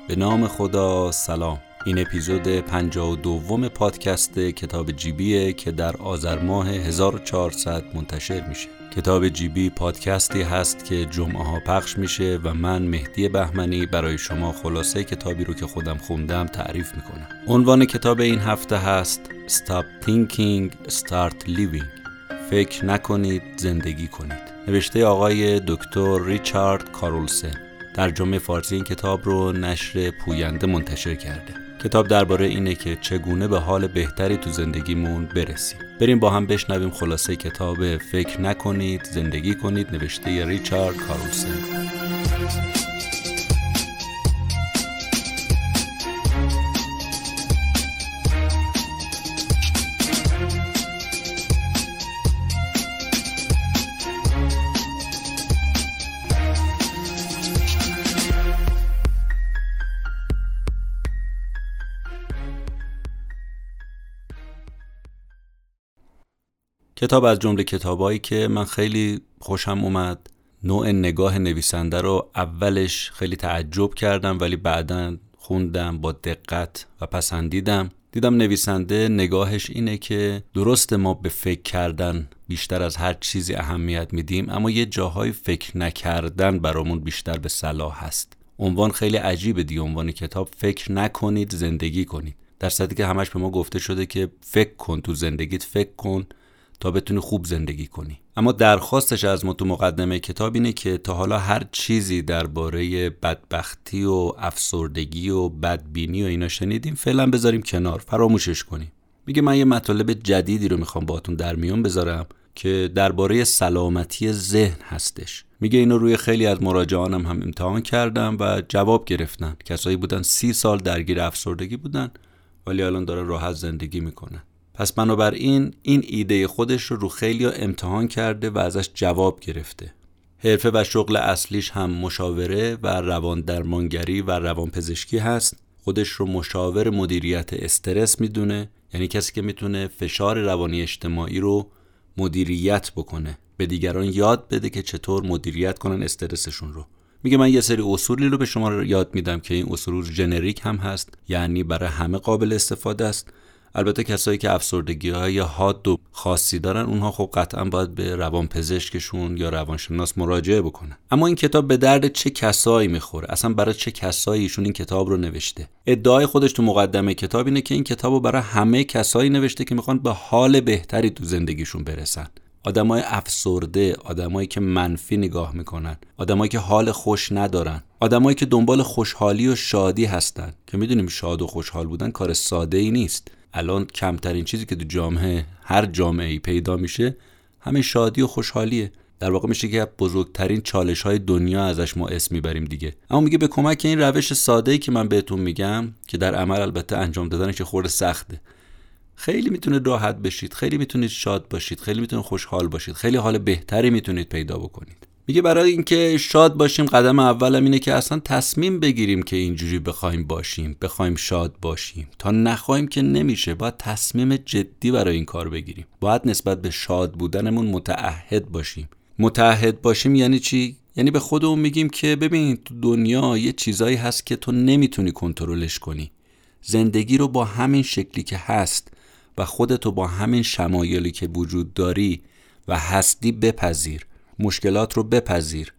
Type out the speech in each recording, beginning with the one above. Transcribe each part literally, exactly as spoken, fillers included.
به نام خدا. سلام. این اپیزود پنجاه و دوم پادکست کتاب جیبیه که در آذر ماه هزار و چهارصد منتشر میشه. کتاب جیبی پادکستی هست که جمعه ها پخش میشه و من مهدی بهمنی برای شما خلاصه کتابی رو که خودم خوندم تعریف میکنم. عنوان کتاب این هفته هست Stop Thinking, Start Living. فکر نکنید، زندگی کنید. نوشته آقای دکتر ریچارد کارلسن. ترجمه فارسی این کتاب رو نشر پوینده منتشر کرده. کتاب درباره اینه که چگونه به حال بهتری تو زندگیمون برسیم. بریم با هم بشنویم خلاصه کتاب فکر نکنید، زندگی کنید نوشته ریچارد کارلسن. کتاب از جمله کتابایی که من خیلی خوشم اومد. نوع نگاه نویسنده رو اولش خیلی تعجب کردم ولی بعداً خوندم با دقت و پسندیدم. دیدم نویسنده نگاهش اینه که درست ما به فکر کردن بیشتر از هر چیزی اهمیت میدیم، اما یه جاهای فکر نکردن برامون بیشتر به صلاح هست. عنوان خیلی عجیبه دیگه، عنوان کتاب فکر نکنید، زندگی کنید. در صورتی که همش به ما گفته شده که فکر کن، تو زندگیت فکر کن تا بتونی خوب زندگی کنی. اما درخواستش از ما تو مقدمه کتاب اینه که تا حالا هر چیزی درباره بدبختی و افسردگی و بدبینی و اینا شنیدیم فعلا بذاریم کنار، فراموشش کنیم. میگه من یه مطالب جدیدی رو میخوام باهاتون در میون بذارم که درباره سلامتی ذهن هستش. میگه اینو روی خیلی از مراجعانم هم امتحان کردم و جواب گرفتن. کسایی بودن سی سال درگیر افسردگی بودن ولی الان دارن راحت زندگی میکنن. پس بنابراین این ایده خودش رو رو خیلی ها امتحان کرده و ازش جواب گرفته. حرفه و شغل اصلیش هم مشاوره و روان درمانگری و روان پزشکی هست. خودش رو مشاور مدیریت استرس میدونه، یعنی کسی که میتونه فشار روانی اجتماعی رو مدیریت بکنه، به دیگران یاد بده که چطور مدیریت کنن استرسشون رو. میگه من یه سری اصولی رو به شما رو یاد میدم که این اصول ژنریک هم هست، یعنی برای همه قابل استفاده است. البته کسایی که افسردگی‌های حاد و خاصی دارن اونها خب قطعا باید به روانپزشکشون یا روانشناس مراجعه بکنن. اما این کتاب به درد چه کسایی میخوره؟ اصلا برای چه کسایی ایشون این کتاب رو نوشته؟ ادعای خودش تو مقدمه کتاب اینه که این کتاب رو برای همه کسایی نوشته که میخوان به حال بهتری تو زندگیشون برسن. آدمای افسرده، آدمایی که منفی نگاه میکنن، آدمایی که حال خوش ندارن، آدمایی که دنبال خوشحالی و شادی هستن که میدونیم شاد و خوشحال بودن کار ساده ای نیست. الان کمترین چیزی که تو جامعه هر جامعه‌ای پیدا میشه همین شادی و خوشحالیه. در واقع میشه که بزرگترین چالش‌های دنیا ازش ما اسم میبریم دیگه. اما میگه به کمک این روش ساده‌ای که من بهتون میگم که در عمل البته انجام دادنش خورده سخته، خیلی میتونید راحت بشید، خیلی میتونید شاد باشید، خیلی میتونید خوشحال باشید، خیلی حال بهتری میتونید پیدا بکنید. میگه برای اینکه شاد باشیم قدم اولم اینه که اصلا تصمیم بگیریم که اینجوری بخوایم باشیم، بخوایم شاد باشیم. تا نخوایم که نمیشه، باید تصمیم جدی برای این کار بگیریم. باید نسبت به شاد بودنمون متعهد باشیم. متعهد باشیم یعنی چی؟ یعنی به خودمون میگیم که ببین تو دنیا یه چیزایی هست که تو نمیتونی کنترلش کنی. زندگی رو با همین شکلی که هست و خودتو با همین شمایلی که وجود داری و هستی بپذیر. مشکلات رو بپذیر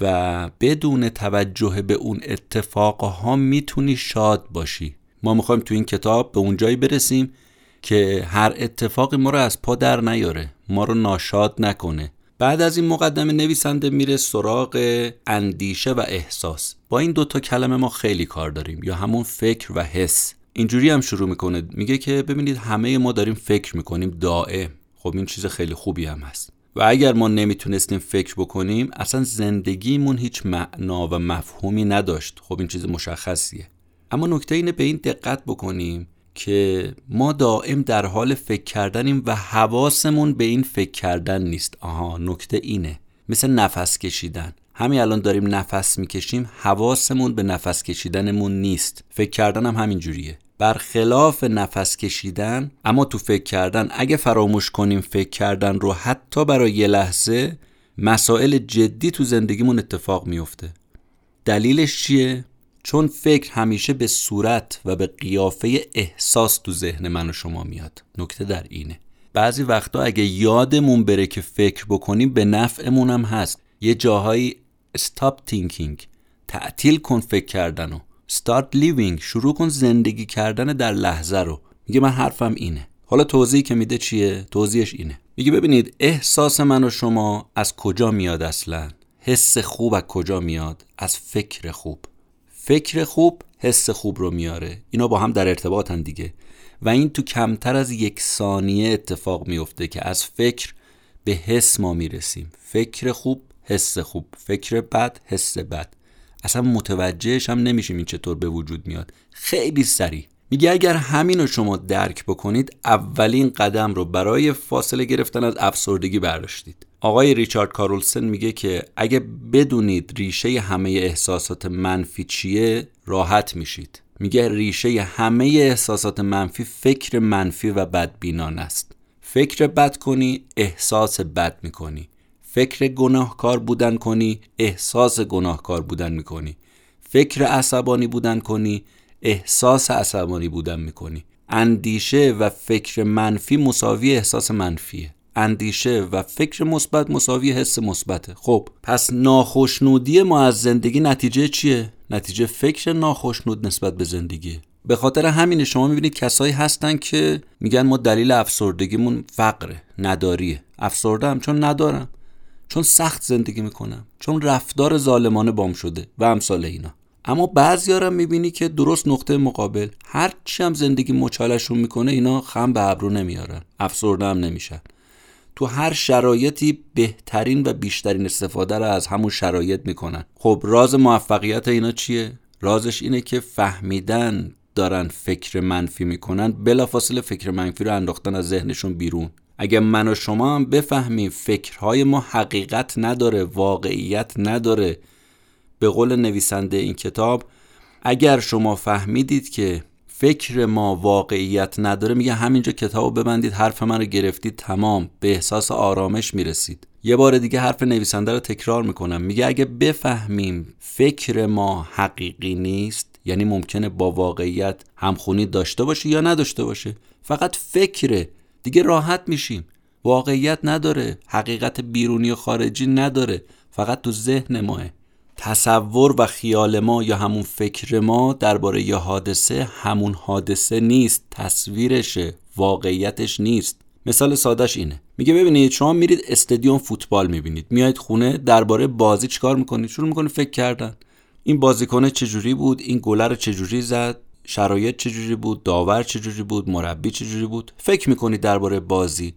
و بدون توجه به اون اتفاقها میتونی شاد باشی. ما میخوایم تو این کتاب به اون جایی برسیم که هر اتفاقی ما رو از پا در نیاره، ما رو ناشاد نکنه. بعد از این مقدمه نویسنده میره سراغ اندیشه و احساس. با این دوتا کلمه ما خیلی کار داریم، یا همون فکر و حس. اینجوری هم شروع میکنه، میگه که ببینید همه ما داریم فکر میکنیم دائم. خب این چیز خیلی خوبی هم هست و اگر ما نمیتونستیم فکر بکنیم اصلا زندگیمون هیچ معنا و مفهومی نداشت. خب این چیز مشخصیه. اما نکته اینه به این دقت بکنیم که ما دائم در حال فکر کردنیم و حواسمون به این فکر کردن نیست. آها، نکته اینه. مثل نفس کشیدن. همین الان داریم نفس میکشیم، حواسمون به نفس کشیدنمون نیست. فکر کردن هم همین جوریه. برخلاف نفس کشیدن، اما تو فکر کردن اگه فراموش کنیم فکر کردن رو حتی برای یه لحظه، مسائل جدی تو زندگیمون اتفاق میفته. دلیلش چیه؟ چون فکر همیشه به صورت و به قیافه احساس تو ذهن من و شما میاد. نکته در اینه بعضی وقتا اگه یادمون بره که فکر بکنیم به نفعمون هم هست. یه جاهایی stop thinking، تعطیل کن فکر کردنو، start living، شروع کن زندگی کردن در لحظه رو. میگه من حرفم اینه. حالا توضیحی که میده چیه؟ توضیحش اینه. میگه ببینید احساس من و شما از کجا میاد اصلا؟ حس خوب از کجا میاد؟ از فکر خوب. فکر خوب حس خوب رو میاره. اینا با هم در ارتباطن دیگه. و این تو کمتر از یک ثانیه اتفاق میفته که از فکر به حس ما میرسیم. فکر خوب حس خوب، فکر بد حس بد. اصلا متوجهش هم نمیشیم این چطور به وجود میاد. خیلی سریع. میگه اگر همین رو شما درک بکنید اولین قدم رو برای فاصله گرفتن از افسردگی برداشتید. آقای ریچارد کارلسن میگه که اگه بدونید ریشه همه احساسات منفی چیه راحت میشید. میگه ریشه همه احساسات منفی فکر منفی و بدبینانه است. فکر بد کنی احساس بد میکنی. فکر گناهکار بودن کنی احساس گناهکار بودن میکنی. فکر عصبانی بودن کنی احساس عصبانی بودن میکنی. اندیشه و فکر منفی مساوی احساس منفیه. اندیشه و فکر مثبت مساوی حس مثبته. خب پس ناخوشنودی ما از زندگی نتیجه چیه؟ نتیجه فکر ناخوشنود نسبت به زندگی. به خاطر همین شما میبینید کسایی هستن که میگن ما دلیل افسردگیمون فقره، نداریه. افسردم چون ندارم، چون سخت زندگی میکنم، چون رفتار ظالمانه بام شده و امثال اینا. اما بعضیا رو میبینی که درست نقطه مقابل، هر چی هم زندگی مچالشون میکنه اینا خم به ابرو نمیارن، افسرده هم نمیشن. تو هر شرایطی بهترین و بیشترین استفاده رو از همون شرایط میکنن. خب راز موفقیت اینا چیه؟ رازش اینه که فهمیدن دارن فکر منفی میکنن، بلافاصله فکر منفی رو انداختن از ذهنشون بیرون. اگه من و شما هم بفهمیم فکرهای ما حقیقت نداره، واقعیت نداره، به قول نویسنده این کتاب اگر شما فهمیدید که فکر ما واقعیت نداره، میگه همینجا کتابو ببندید، حرف من رو گرفتید، تمام، به احساس آرامش میرسید. یه بار دیگه حرف نویسنده رو تکرار میکنم، میگه اگه بفهمیم فکر ما حقیقی نیست، یعنی ممکنه با واقعیت همخونی داشته باشه یا نداشته باشه، فقط فکره، دیگه راحت میشیم. واقعیت نداره، حقیقت بیرونی و خارجی نداره، فقط تو ذهن ماه. تصور و خیال ما یا همون فکر ما درباره یه حادثه همون حادثه نیست، تصویرشه، واقعیتش نیست. مثال سادهش اینه، میگه ببینید شما میرید استادیوم فوتبال میبینید، میایید خونه درباره بازی چیکار میکنید؟ شروع میکنید فکر کردن. این بازیکن چجوری بود؟ این گل رو چجوری زد؟ شرایط چجوری بود؟ داور چجوری بود؟ مربی چجوری بود؟ فکر میکنید درباره بازی.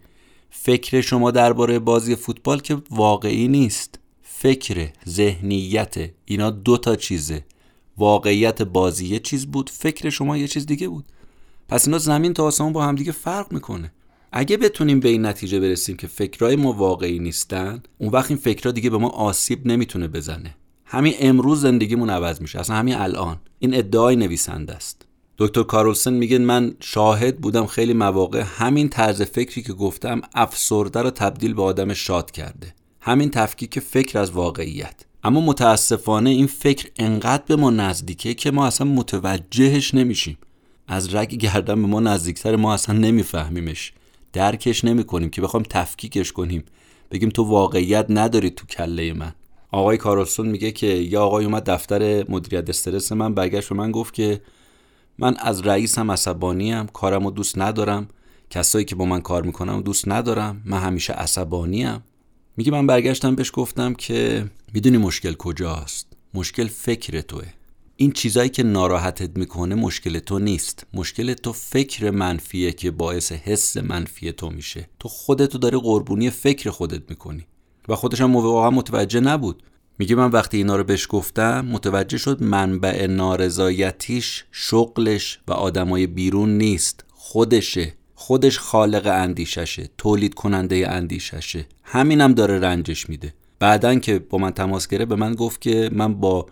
فکر شما درباره بازی فوتبال که واقعی نیست. فکر، ذهنیت، اینا دو تا چیزه. واقعیت بازی یه چیز بود، فکر شما یه چیز دیگه بود. پس اینا زمین تا آسمون با هم دیگه فرق میکنه. اگه بتونیم به این نتیجه برسیم که فکرای ما واقعی نیستن، اون وقت این فکرها دیگه به ما آسیب نمیتونه بزنه. همین امروز زندگیمون عوض میشه، اصلا همین الان. این ادعای نویسنده است. دکتر کارلسن میگه من شاهد بودم خیلی مواقع همین طرز فکری که گفتم افسرده رو تبدیل به آدم شاد کرده. همین تفکیک فکر از واقعیت. اما متاسفانه این فکر انقدر به ما نزدیکه که ما اصلا متوجهش نمیشیم. از رگ گردن به ما نزدیکتر، ما اصلا نمیفهمیمش، درکش نمیکنیم که بخوایم تفکیکش کنیم، بگیم تو واقعیت نداری تو کله من. آقای کارلسن میگه که یا آقای اومد دفتر مدیریت استرس من، برگشت به من گفت که من از رئیسم عصبانیم، کارمو دوست ندارم، کسایی که با من کار میکنم دوست ندارم، من همیشه عصبانیم. میگه من برگشتم بهش گفتم که میدونی مشکل کجاست؟ مشکل فکر توه. این چیزایی که ناراحتت میکنه مشکل تو نیست، مشکل تو فکر منفیه که باعث حس منفی تو میشه. تو خودتو داری قربونی فکر خودت میکنی. و خودش هم واقعا متوجه نبود. میگه من وقتی اینا رو بهش گفتم متوجه شد منبع نارضایتیش شغلش و آدمای بیرون نیست، خودشه. خودش خالق اندیششه، تولید کننده اندیششه. همینم داره رنجش میده. بعدن که با من تماس گرفت به من گفت که من با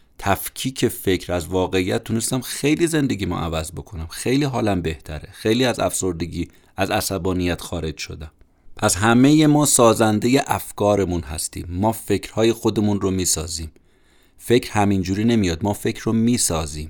تفکیک فکر از واقعیت تونستم خیلی زندگیمو عوض بکنم، خیلی حالم بهتره، خیلی از افسردگی، از عصبانیت خارج شدم. پس همه ما سازنده افکارمون هستیم. ما فکرهای خودمون رو میسازیم. فکر همینجوری نمیاد، ما فکر رو میسازیم.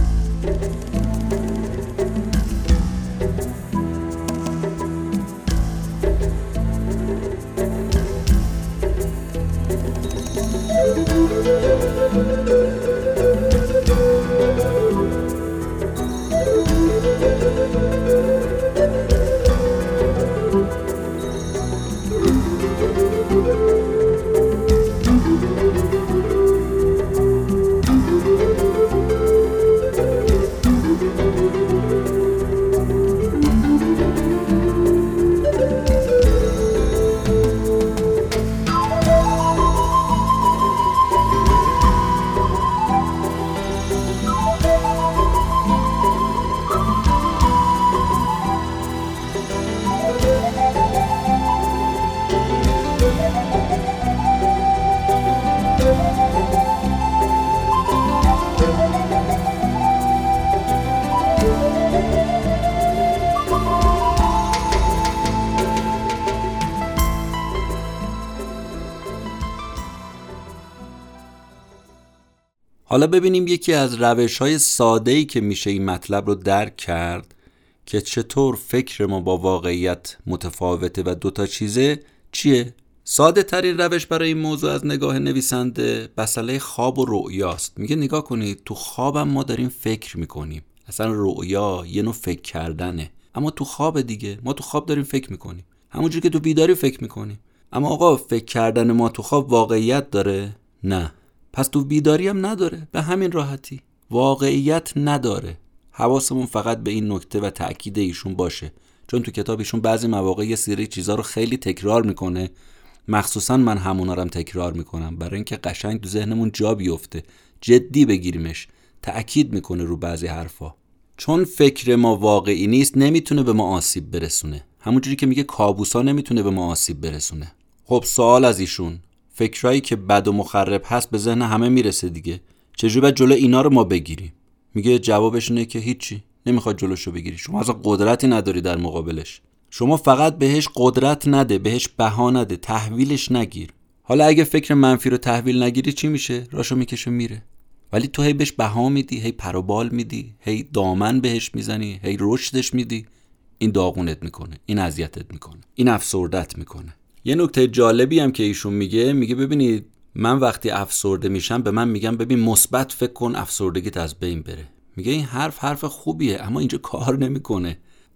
حالا ببینیم یکی از روش‌های ساده‌ای که میشه این مطلب رو درک کرد که چطور فکر ما با واقعیت متفاوته و دوتا چیزه چیه؟ ساده ترین روش برای این موضوع از نگاه نویسنده مسئله خواب و رؤیاست. میگه نگاه کنید، تو خوابم ما داریم فکر میکنیم. اصلا رؤیا یه نوع فکر کردنه، اما تو خواب دیگه ما تو خواب داریم فکر میکنیم، همونجوری که تو بیداری فکر میکنیم. اما آقا فکر کردن ما تو خواب واقعیت داره؟ نه. پس تو بیداری هم نداره. به همین راحتی واقعیت نداره. حواسمون فقط به این نکته و تأکید ایشون باشه، چون تو کتاب ایشون بعضی مواقع یه سری چیزا رو خیلی تکرار میکنه، مخصوصا من همونا رو هم تکرار میکنم برای اینکه قشنگ تو ذهنمون جا بیفته، جدی بگیریمش. تأکید میکنه رو بعضی حرفا. چون فکر ما واقعی نیست نمیتونه به ما آسیب برسونه، همونجوری که میگه کابوسا نمیتونه به ما آسیب برسونه. خب سوال از ایشون، فکرایی که بد و مخرب هست به ذهن همه میرسه دیگه، چجوری باید جلو اینا رو ما بگیریم؟ میگه جوابش اینه که هیچی، نمیخواد جلوشو بگیری. شما اصلا قدرتی نداری در مقابلش. شما فقط بهش قدرت نده، بهش بها نده، تحویلش نگیر. حالا اگه فکر منفی رو تحویل نگیری چی میشه؟ راشو میکشه میره. ولی تو هی بهش بها میدی، هی پر و بال میدی، هی دامن بهش میزنی، هی رشدش میدی. این داغونت میکنه، این اذیتت میکنه، این افسردت میکنه. یه نکته جالبی هم که ایشون میگه، میگه ببینید من وقتی افسرده میشم به من میگم ببین مثبت فکر کن افسردگیت از بین بره. میگه این حرف حرف خوبیه، اما اینجا کار نمیکنه.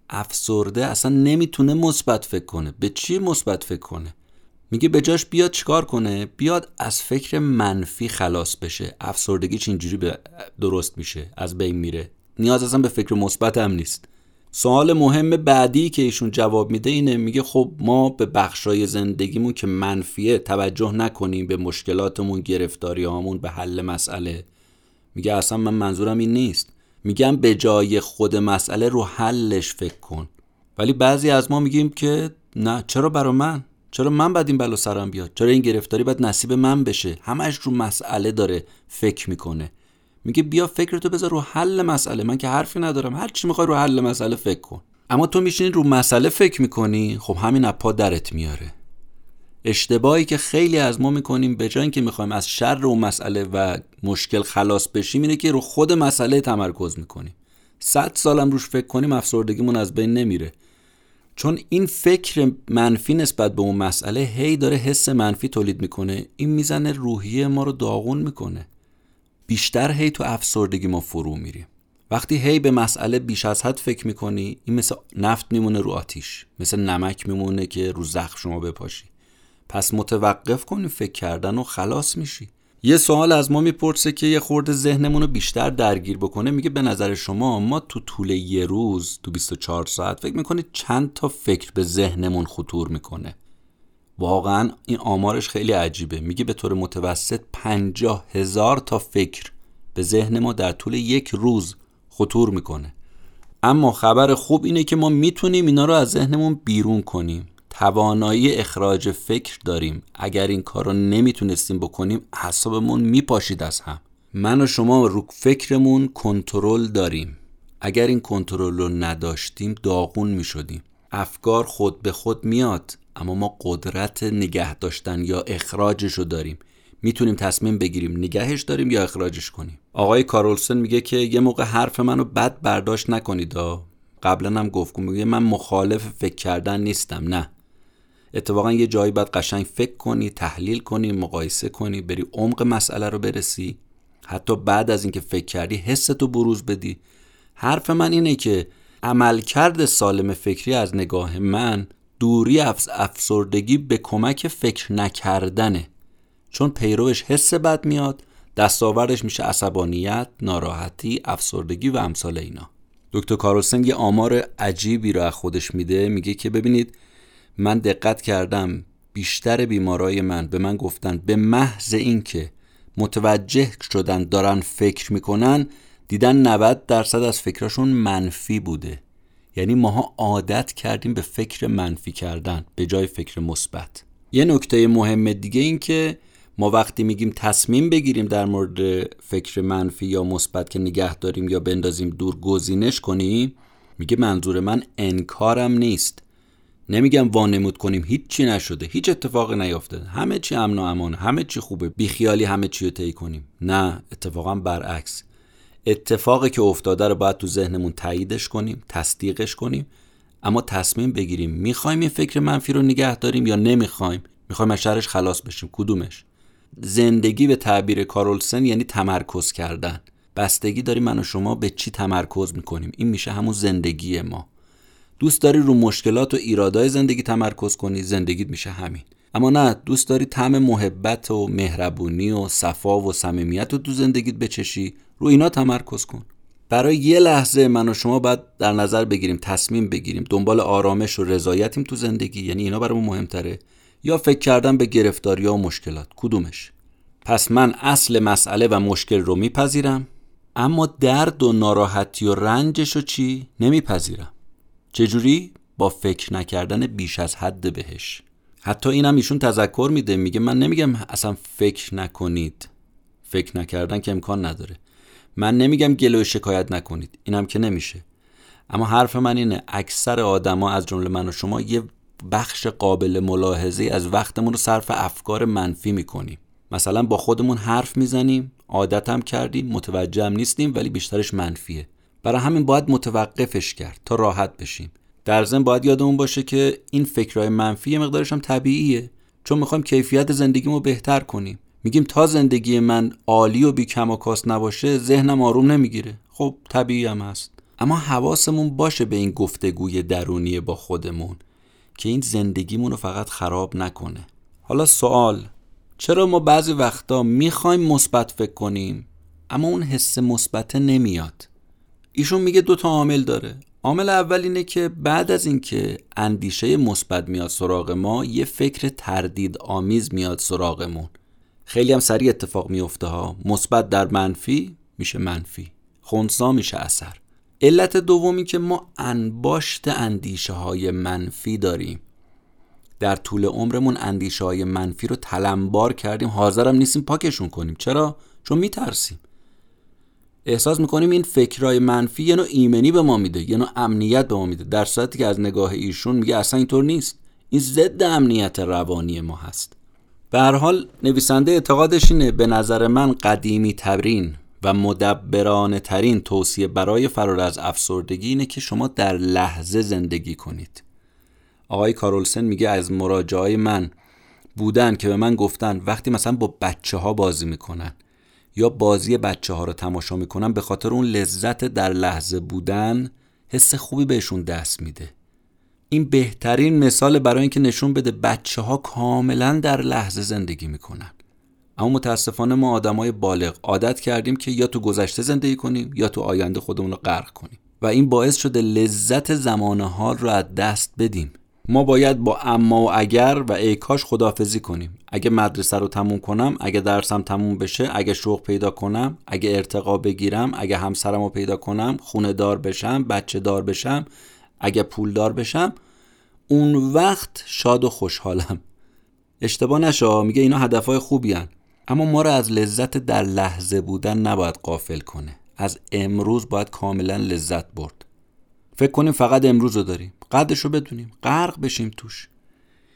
افسرده اصلا نمیتونه مثبت فکر کنه. به چی مثبت فکر کنه؟ میگه به جاش بیاد چیکار کنه؟ بیاد از فکر منفی خلاص بشه. افسردگیش اینجوری به درست میشه، از بین میره. نیاز اصلا به فکر مثبت هم نیست. سوال مهم بعدی که ایشون جواب میده اینه، میگه خب ما به بخشای زندگیمون که منفیه توجه نکنیم، به مشکلاتمون، گرفتاریامون، به حل مسئله. میگه اصلا من منظورم این نیست. میگم به جای خود مسئله رو حلش فکر کن. ولی بعضی از ما میگیم که نه، چرا برا من؟ چرا من باید این بلا سرم بیاد؟ چرا این گرفتاری باید نصیب من بشه؟ همش رو مسئله داره فکر میکنه. میگه بیا فکرتو بذار رو حل مسئله. من که حرفی ندارم، هر چی میخوای رو حل مسئله فکر کن. اما تو میشینی رو مسئله فکر میکنی، خب همین اپا درت میاره. اشتباهی که خیلی از ما میکنیم به جای اینکه میخوایم از شر اون مسئله و مشکل خلاص بشیم، اینه که رو خود مسئله تمرکز میکنیم. صد سالم روش فکر کنیم افسردگیمون از بین نمیره، چون این فکر منفی نسبت به اون مسئله هی داره حس منفی تولید میکنه. این میزنه روحیه ما رو داغون میکنه، بیشتر هی تو افسردگی ما فرو میریم. وقتی هی به مسئله بیش از حد فکر میکنی، این مثل نفت میمونه رو آتیش، مثل نمک میمونه که رو زخم شما بپاشی. پس متوقف کنی فکر کردن و خلاص میشی. یه سوال از ما میپرسه که یه خورده ذهنمون رو بیشتر درگیر بکنه. میگه به نظر شما ما تو طول یه روز، تو بیست و چهار ساعت فکر میکنید چند تا فکر به ذهنمون خطور میکنه؟ واقعا این آمارش خیلی عجیبه. میگه به طور متوسط پنجاه هزار تا فکر به ذهن ما در طول یک روز خطور میکنه. اما خبر خوب اینه که ما میتونیم اینا رو از ذهنمون بیرون کنیم. توانایی اخراج فکر داریم. اگر این کار رو نمیتونستیم بکنیم اعصابمون میپاشید از هم. من و شما رو فکرمون کنترل داریم. اگر این کنترل رو نداشتیم داغون میشدیم. افکار خود به خود میاد، اما ما قدرت نگه داشتن یا اخراجش رو داریم. میتونیم تصمیم بگیریم نگهش داریم یا اخراجش کنیم. آقای کارلسن میگه که یه موقع حرف منو بد برداشت نکنید. قبلا هم گفتم، میگه من مخالف فکر کردن نیستم، نه، اتفاقا یه جایی باید قشنگ فکر کنی، تحلیل کنی، مقایسه کنی، بری عمق مسئله رو برسی، حتی بعد از اینکه فکر کردی حستو بروز بدی. حرف من اینه که عملکرد سالم فکری از نگاه من دوری از افسردگی به کمک فکر نکردنه، چون پیروش حس بد میاد، دستاوردش میشه عصبانیت، ناراحتی، افسردگی و امثال اینا. دکتر کارلسن یه آمار عجیبی رو از خودش میده، میگه که ببینید من دقت کردم بیشتر بیمارای من به من گفتن به محض این که متوجه شدن دارن فکر میکنن دیدن نود درصد از فکرشون منفی بوده. یعنی ماها عادت کردیم به فکر منفی کردن به جای فکر مثبت. یه نکته مهم دیگه این که ما وقتی میگیم تصمیم بگیریم در مورد فکر منفی یا مثبت که نگه داریم یا بندازیم دور گزینش کنیم، میگه منظور من انکارم نیست. نمیگم وانمود کنیم هیچ چی نشده، هیچ اتفاقی نیافتاده، همه چی امن و امان، همه چی خوبه، بیخیالی همه چی رو طی کنیم. نه، اتفاقا برعکس. اتفاقی که افتاده رو باید تو ذهنمون تاییدش کنیم، تصدیقش کنیم، اما تصمیم بگیریم میخوایم این فکر منفی رو نگه داریم یا نمیخوایم، میخوایم از شرش خلاص بشیم، کدومش. زندگی به تعبیر کارلسن یعنی تمرکز کردن. بستگی داریم من و شما به چی تمرکز میکنیم، این میشه همون زندگی ما. دوست داری رو مشکلات و ایرادای زندگی تمرکز کنی، زندگیت میشه همین. اما نه، دوست داری طعم محبت و مهربونی و صفا و صمیمیت رو تو زندگیت بچشی، رو اینا تمرکز کن. برای یه لحظه من و شما باید در نظر بگیریم، تصمیم بگیریم دنبال آرامش و رضایتیم تو زندگی، یعنی اینا برامون مهمتره، یا فکر کردن به گرفتاری و مشکلات، کدومش؟ پس من اصل مسئله و مشکل رو میپذیرم، اما درد و ناراحتی و رنجش رو چی؟ نمیپذیرم. چجوری؟ با فکر نکردن بیش از حد بهش. حتی اینم ایشون تذکر میده، میگه من نمیگم اصلا فکر نکنید، فکر نکردن که امکان نداره. من نمیگم گله و شکایت نکنید، اینم که نمیشه. اما حرف من اینه اکثر آدما از جمله من و شما یه بخش قابل ملاحظه از وقتمون رو صرف افکار منفی میکنیم. مثلا با خودمون حرف میزنیم، عادت هم کردیم، متوجه هم نیستیم، ولی بیشترش منفیه. برای همین باید متوقفش کرد تا راحت بشیم. در ضمن باید یادمون باشه که این فکرهای منفی یه مقدارش هم طبیعیه، چون میخوایم کیفیت زندگیمو بهتر کنیم. میگیم تا زندگی من عالی و بی کم و کاست نباشه ذهنم آروم نمیگیره. خب طبیعی هم هست، اما حواسمون باشه به این گفتگوی درونی با خودمون که این زندگیمون رو فقط خراب نکنه. حالا سوال، چرا ما بعضی وقتا میخوایم مثبت فکر کنیم اما اون حس مثبت نمیاد؟ ایشون میگه دو تا عامل داره. عامل اول اینه که بعد از اینکه اندیشه مثبت میاد سراغ ما، یه فکر تردید آمیز میاد سراغمون. خیلی هم سریع اتفاق میفته ها، مثبت در منفی میشه منفی، خنثی میشه اثر. علت دومی که ما انباشت اندیشه های منفی داریم. در طول عمرمون اندیشه های منفی رو تلمبار کردیم، حاضرم نیستیم پاکشون کنیم. چرا؟ چون میترسیم. احساس میکنیم این فکرهای منفی یه نوع ایمنی به ما میده، یه نوع امنیت به ما میده، در صورتی که از نگاه ایشون میگه اصلا اینطور نیست. این ضد امنیت روانی ما هست. به هر حال نویسنده اعتقادش اینه، به نظر من قدیمی ترین و مدبرانه ترین توصیه برای فرار از افسردگی اینه که شما در لحظه زندگی کنید. آقای کارلسن میگه از مراجعای من بودن که به من گفتن وقتی مثلا با بچه ها بازی میکنن یا بازی بچه ها رو تماشا میکنن، به خاطر اون لذت در لحظه بودن حس خوبی بهشون دست میده. این بهترین مثال برای اینکه نشون بده بچه ها کاملا در لحظه زندگی میکنن. اما متاسفانه ما آدمای بالغ عادت کردیم که یا تو گذشته زندگی کنیم یا تو آینده خودمون رو غرق کنیم و این باعث شده لذت زمان حال رو از دست بدیم. ما باید با اما و اگر و ای کاش خداحافظی کنیم. اگه مدرسه رو تموم کنم، اگه درسم تموم بشه، اگه شغل پیدا کنم، اگه ارتقا بگیرم، اگه همسرم رو پیدا کنم، خونه دار بشم، بچه دار بشم، اگه پول دار بشم، اون وقت شاد و خوشحالم. اشتباه نشه، میگه اینا هدفهای خوبی هن. اما ما رو از لذت در لحظه بودن نباید غافل کنه. از امروز باید کاملا لذت برد. فکر کنیم فقط امروز رو داریم، قدرش رو بدونیم، غرق بشیم توش.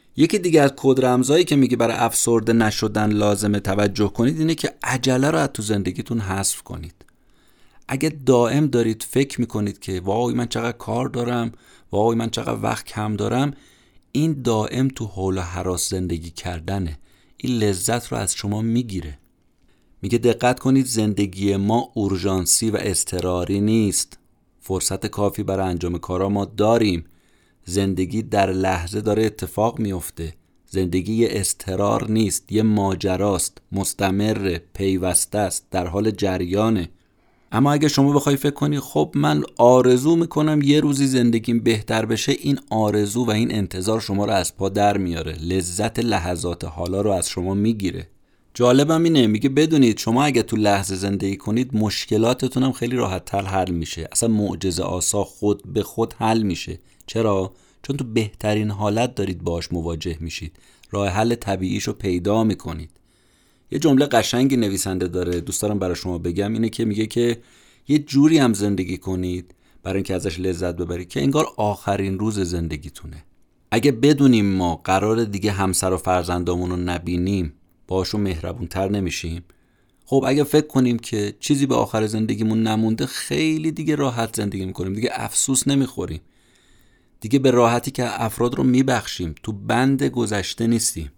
یکی دیگه از کد رمزایی که میگه برای افسرده نشدن لازمه توجه کنید اینه که عجله رو از تو زندگیتون حذف کنید. اگه دائم دارید فکر میکنید که وای من چقدر کار دارم، وای من چقدر وقت کم دارم، این دائم تو حول و هراس زندگی کردنه. این لذت رو از شما میگیره. میگه دقت کنید زندگی ما اورژانسی و اضطراری نیست. فرصت کافی برای انجام کارا ما داریم. زندگی در لحظه داره اتفاق میفته. زندگی یه اضطرار نیست، یه ماجراست، مستمر، پیوسته است، در حال جریانه. اما اگه شما بخوای فکر کنی خب من آرزو میکنم یه روزی زندگیم بهتر بشه، این آرزو و این انتظار شما رو از پا در میاره، لذت لحظات حالا رو از شما میگیره. جالبم اینه میگه بدونید شما اگه تو لحظه زندگی کنید مشکلاتتون هم خیلی راحت تر حل میشه. اصلا معجزه آسا خود به خود حل میشه. چرا؟ چون تو بهترین حالت دارید باش مواجه میشید، راه حل طبیعیشو پیدا میکنید. یه جمله قشنگی نویسنده داره دوست دارم برای شما بگم، اینه که میگه که یه جوری هم زندگی کنید برای اینکه ازش لذت ببرید که انگار آخرین روز زندگیتونه. اگه بدونیم ما قرار دیگه همسر و فرزندامون رو نبینیم باشون مهربونتر نمیشیم. خب اگه فکر کنیم که چیزی به آخر زندگیمون نمونده خیلی دیگه راحت زندگی میکنیم، دیگه افسوس نمیخوریم، دیگه به راحتی که افراد رو میبخشیم، تو بند گذشته نیستیم.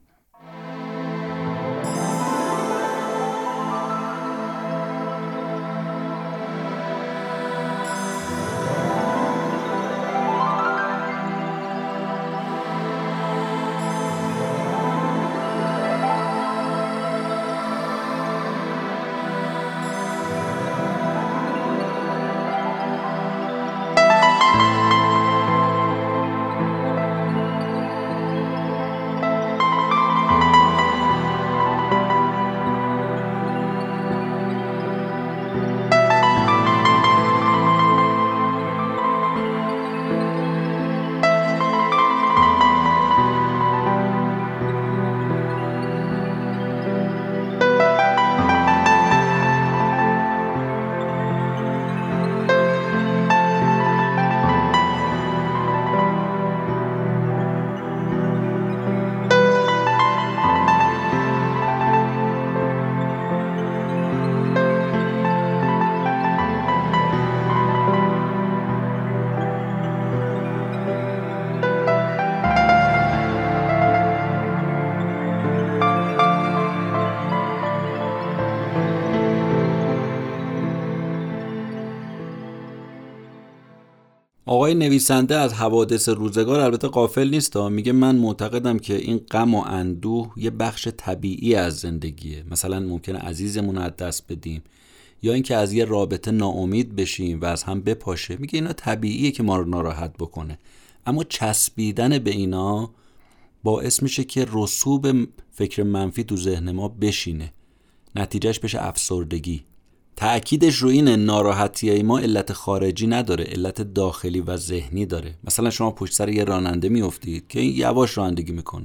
آقای نویسنده از حوادث روزگار البته غافل نیست. میگه من معتقدم که این غم و اندوه یه بخش طبیعی از زندگیه. مثلا ممکنه عزیزمون رو از دست بدیم یا اینکه از یه رابطه ناامید بشیم و از هم بپاشه. میگه اینا طبیعیه که ما رو ناراحت بکنه، اما چسبیدن به اینا باعث میشه که رسوب فکر منفی تو ذهن ما بشینه، نتیجهش بشه افسردگی. تأکیدش رو اینه ناراحتیای ما علت خارجی نداره، علت داخلی و ذهنی داره. مثلا شما پشت سر یه راننده میافتید که این یواش رانندگی میکنه،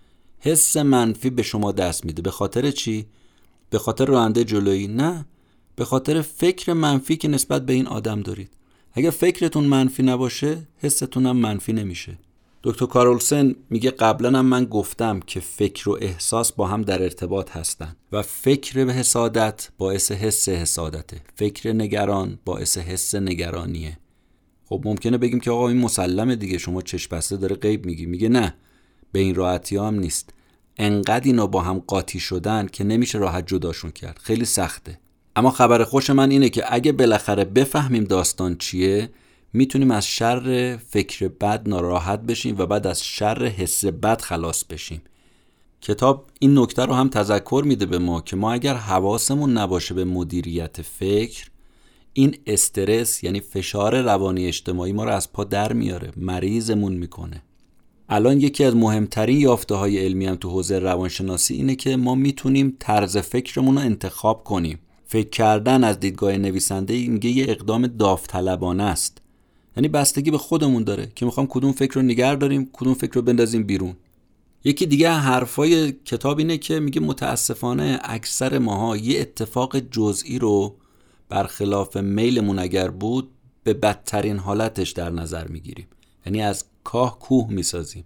حس منفی به شما دست میده. به خاطر چی؟ به خاطر راننده جلویی؟ نه، به خاطر فکر منفی که نسبت به این آدم دارید. اگه فکرتون منفی نباشه حستون هم منفی نمیشه. دکتر کارلسن میگه قبلا هم من گفتم که فکر و احساس با هم در ارتباط هستن و فکر به حسادت باعث حس حسادته، فکر نگران باعث حس نگرانیه. خب ممکنه بگیم که آقا این مسلمه دیگه، شما چشم بسته داره غیب میگی. میگه نه، به این راحتی هم نیست. انقدر اینا با هم قاطی شدن که نمیشه راحت جداشون کرد، خیلی سخته. اما خبر خوش من اینه که اگه بالاخره بفهمیم داستان چیه، میتونیم از شر فکر بد ناراحت بشیم و بعد از شر حس بد خلاص بشیم. کتاب این نکته رو هم تذکر میده به ما که ما اگر حواسمون نباشه به مدیریت فکر، این استرس یعنی فشار روانی اجتماعی ما رو از پا در میاره، مریضمون میکنه. الان یکی از مهمترین یافته‌های علمی هم تو حوزه روانشناسی اینه که ما میتونیم طرز فکرمون رو انتخاب کنیم. فکر کردن از دیدگاه نویسنده میگه یه اقدام داوطلبانه است. یعنی بستگی به خودمون داره که میخوام کدوم فکر رو نگه داریم، کدوم فکر رو بندازیم بیرون. یکی دیگه حرفای کتاب اینه که میگه متاسفانه اکثر ماها یه اتفاق جزئی رو برخلاف میلمون اگر بود به بدترین حالتش در نظر میگیریم. یعنی از کاه کوه میسازیم.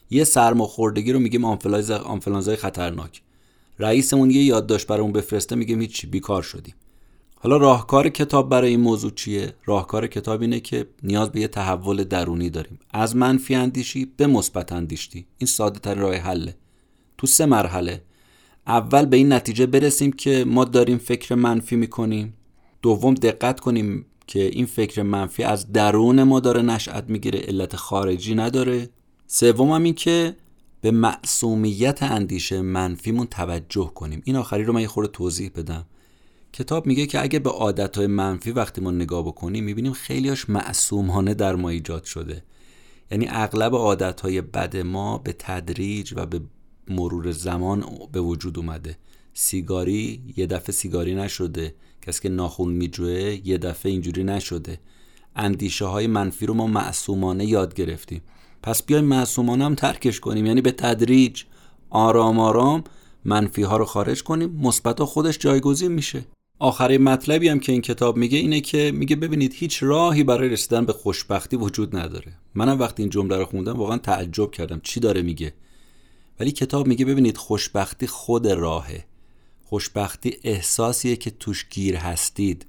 یه سرماخوردگی رو میگیم آنفلانزا آنفلانزای خطرناک. رئیسمون یه یادداشت برامون بفرسته میگیم هیچ، بیکار شدیم. حالا راهکار کتاب برای این موضوع چیه؟ راهکار کتاب اینه که نیاز به یه تحول درونی داریم، از منفی اندیشی به مثبت اندیشی. این ساده ترین راه حله. تو سه مرحله. اول به این نتیجه برسیم که ما داریم فکر منفی میکنیم. دوم دقت کنیم که این فکر منفی از درون ما داره نشأت میگیره، علت خارجی نداره. سوم هم این که به معصومیت اندیشه منفیمون توجه کنیم. این آخری رو من یه خورده توضیح بدم. کتاب میگه که اگه به عادتهای منفی وقتی ما نگاه بکنیم میبینیم خیلیاش معصومانه در ما ایجاد شده. یعنی اغلب عادتهای بد ما به تدریج و به مرور زمان به وجود اومده. سیگاری یه دفعه سیگاری نشده، کسی که ناخن میجوه یه دفعه اینجوری نشده. اندیشه های منفی رو ما معصومانه یاد گرفتیم، پس بیایم معصومانه هم ترکش کنیم. یعنی به تدریج آرام آرام منفی ها رو خارج کنیم، مثبت ها خودش جایگزین میشه. آخرین مطلبی هم که این کتاب میگه اینه که میگه ببینید هیچ راهی برای رسیدن به خوشبختی وجود نداره. منم وقتی این جمله رو خوندم واقعا تعجب کردم چی داره میگه. ولی کتاب میگه ببینید خوشبختی خود راهه. خوشبختی احساسیه که توش گیر هستید.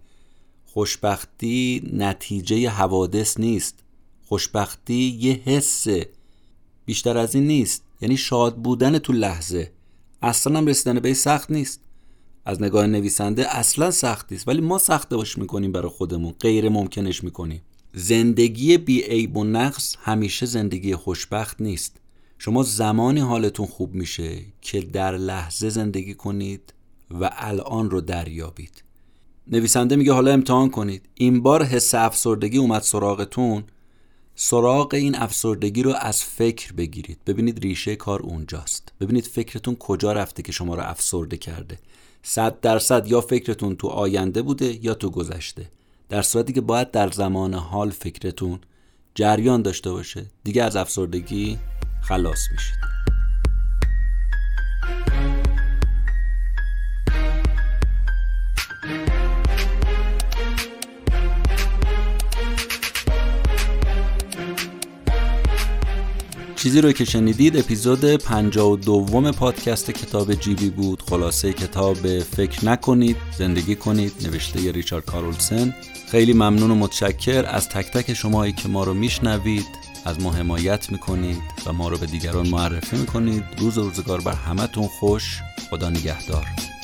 خوشبختی نتیجه حوادث نیست. خوشبختی یه حسه، بیشتر از این نیست. یعنی شاد بودن تو لحظه. اصلا هم رسیدن به سخت نیست. از نگاه نویسنده اصلا سخت نیست، ولی ما سختش میکنیم برای خودمون، غیر ممکنش میکنیم. زندگی بی عیب و نقص همیشه زندگی خوشبخت نیست. شما زمانی حالتون خوب میشه که در لحظه زندگی کنید و الان رو دریابید. نویسنده میگه حالا امتحان کنید. این بار حس افسردگی اومد سراغتون، سراغ این افسردگی رو از فکر بگیرید. ببینید ریشه کار اونجاست. ببینید فکرتون کجا رفته که شما رو افسرده کرده. صد درصد یا فکرتون تو آینده بوده یا تو گذشته. در صورتی که باید در زمان حال فکرتون جریان داشته باشه، دیگه از افسردگی خلاص میشید. چیزی رو که شنیدید اپیزود پنجاه و دوم پادکست کتاب جیبی بود. خلاصه کتاب فکر نکنید زندگی کنید، نوشته ی ریچارد کارلسن. خیلی ممنون و متشکر از تک تک شمایی که ما رو میشنوید، از ما حمایت میکنید و ما رو به دیگران معرفی میکنید. روز و روزگار بر همتون خوش. خدا نگهدار.